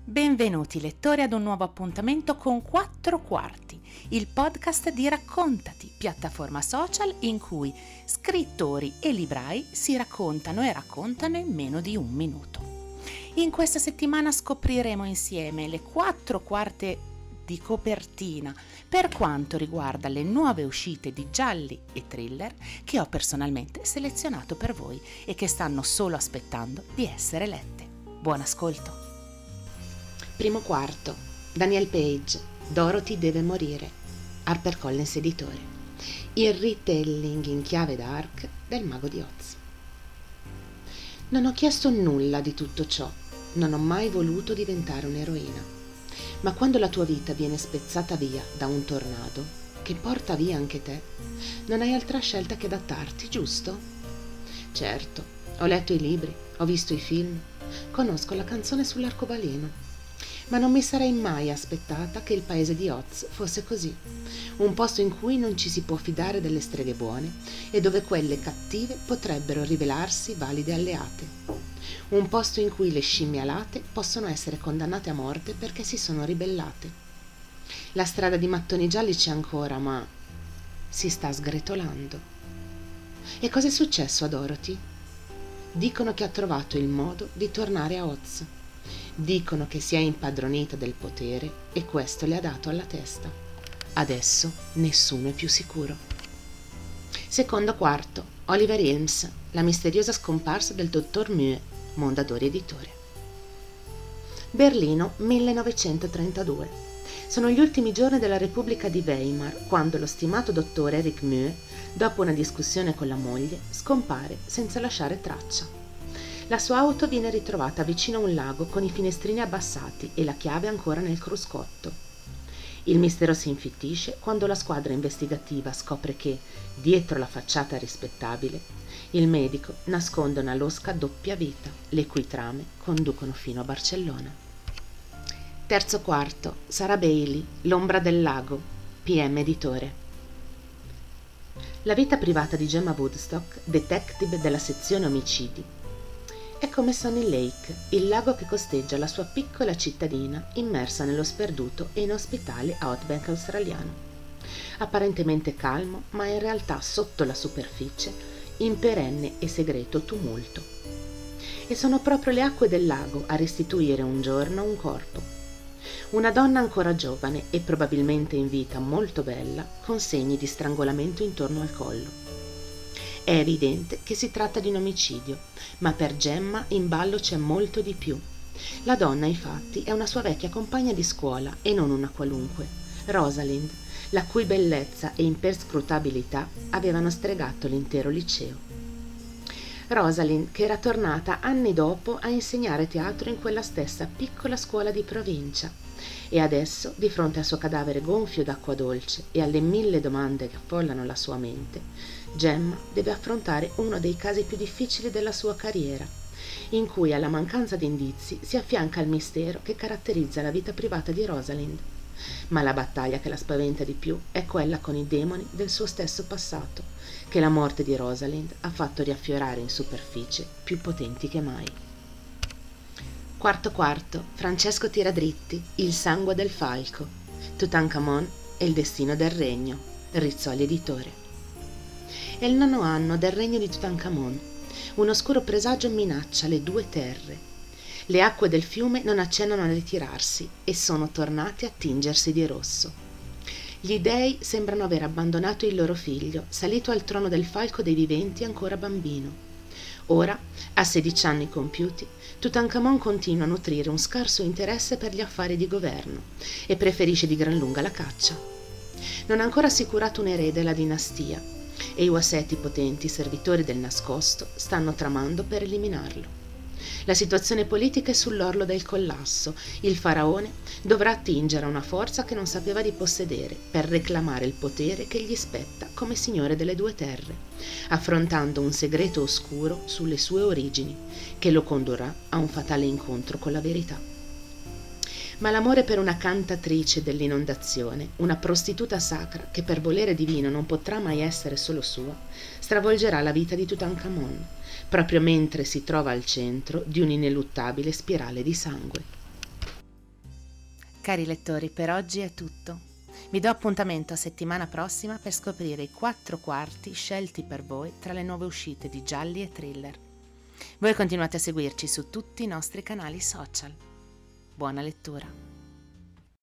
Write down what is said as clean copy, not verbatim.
Benvenuti lettori ad un nuovo appuntamento con 4 quarti, il podcast di Raccontati, piattaforma social in cui scrittori e librai si raccontano e raccontano in meno di un minuto. In questa settimana scopriremo insieme le 4 quarte di copertina per quanto riguarda le nuove uscite di gialli e thriller che ho personalmente selezionato per voi e che stanno solo aspettando di essere lette. Buon ascolto! Primo quarto, Daniel Page, Dorothy deve morire, HarperCollins editore. Il retelling in chiave dark del Mago di Oz. Non ho chiesto nulla di tutto ciò, non ho mai voluto diventare un'eroina. Ma quando la tua vita viene spezzata via da un tornado, che porta via anche te, non hai altra scelta che adattarti, giusto? Certo, ho letto i libri, ho visto i film, conosco la canzone sull'arcobaleno. Ma non mi sarei mai aspettata che il paese di Oz fosse così, un posto in cui non ci si può fidare delle streghe buone e dove quelle cattive potrebbero rivelarsi valide alleate, un posto in cui le scimmie alate possono essere condannate a morte perché si sono ribellate. La strada di mattoni gialli c'è ancora, ma si sta sgretolando. E cosa è successo a Dorothy? Dicono che ha trovato il modo di tornare a Oz. Dicono che si è impadronita del potere e questo le ha dato alla testa. Adesso nessuno è più sicuro. Secondo quarto, Oliver Hilms, la misteriosa scomparsa del dottor Mühe, Mondadori editore. Berlino, 1932. Sono gli ultimi giorni della Repubblica di Weimar, quando lo stimato dottore Erich Mühe, dopo una discussione con la moglie, scompare senza lasciare traccia. La sua auto viene ritrovata vicino a un lago con i finestrini abbassati e la chiave ancora nel cruscotto. Il mistero si infittisce quando la squadra investigativa scopre che, dietro la facciata rispettabile, il medico nasconde una losca doppia vita, le cui trame conducono fino a Barcellona. Terzo quarto, Sarah Bailey, L'ombra del lago, PM editore. La vita privata di Gemma Woodstock, detective della sezione omicidi, è come Sunny Lake, il lago che costeggia la sua piccola cittadina immersa nello sperduto e inospitale outback australiano. Apparentemente calmo, ma in realtà sotto la superficie in perenne e segreto tumulto. E sono proprio le acque del lago a restituire un giorno un corpo. Una donna ancora giovane e probabilmente in vita molto bella, con segni di strangolamento intorno al collo. È evidente che si tratta di un omicidio, ma per Gemma in ballo c'è molto di più. La donna, infatti, è una sua vecchia compagna di scuola e non una qualunque, Rosalind, la cui bellezza e imperscrutabilità avevano stregato l'intero liceo. Rosalind, che era tornata anni dopo a insegnare teatro in quella stessa piccola scuola di provincia, e adesso, di fronte al suo cadavere gonfio d'acqua dolce e alle 1000 domande che affollano la sua mente, Gemma deve affrontare uno dei casi più difficili della sua carriera, in cui alla mancanza di indizi si affianca il mistero che caratterizza la vita privata di Rosalind. Ma la battaglia che la spaventa di più è quella con i demoni del suo stesso passato, che la morte di Rosalind ha fatto riaffiorare in superficie più potenti che mai. Quarto quarto, Francesco Tiradritti, Il sangue del falco, Tutankhamon e il destino del regno, Rizzoli editore. È il 9° anno del regno di Tutankhamon. Un oscuro presagio minaccia le 2 terre. Le acque del fiume non accennano a ritirarsi e sono tornate a tingersi di rosso. Gli dei sembrano aver abbandonato il loro figlio, salito al trono del falco dei viventi ancora bambino. Ora, a 16 anni compiuti, Tutankhamon continua a nutrire un scarso interesse per gli affari di governo e preferisce di gran lunga la caccia. Non ha ancora assicurato un erede alla dinastia e i Waseti potenti servitori del nascosto stanno tramando per eliminarlo. La situazione politica è sull'orlo del collasso. Il faraone dovrà attingere a una forza che non sapeva di possedere per reclamare il potere che gli spetta come signore delle 2 terre, affrontando un segreto oscuro sulle sue origini che lo condurrà a un fatale incontro con la verità. Ma l'amore per una cantatrice dell'inondazione, una prostituta sacra che per volere divino non potrà mai essere solo sua, stravolgerà la vita di Tutankhamon, proprio mentre si trova al centro di un'ineluttabile spirale di sangue. Cari lettori, per oggi è tutto. Vi do appuntamento a settimana prossima per scoprire i 4 quarti scelti per voi tra le nuove uscite di gialli e thriller. Voi continuate a seguirci su tutti i nostri canali social. Buona lettura!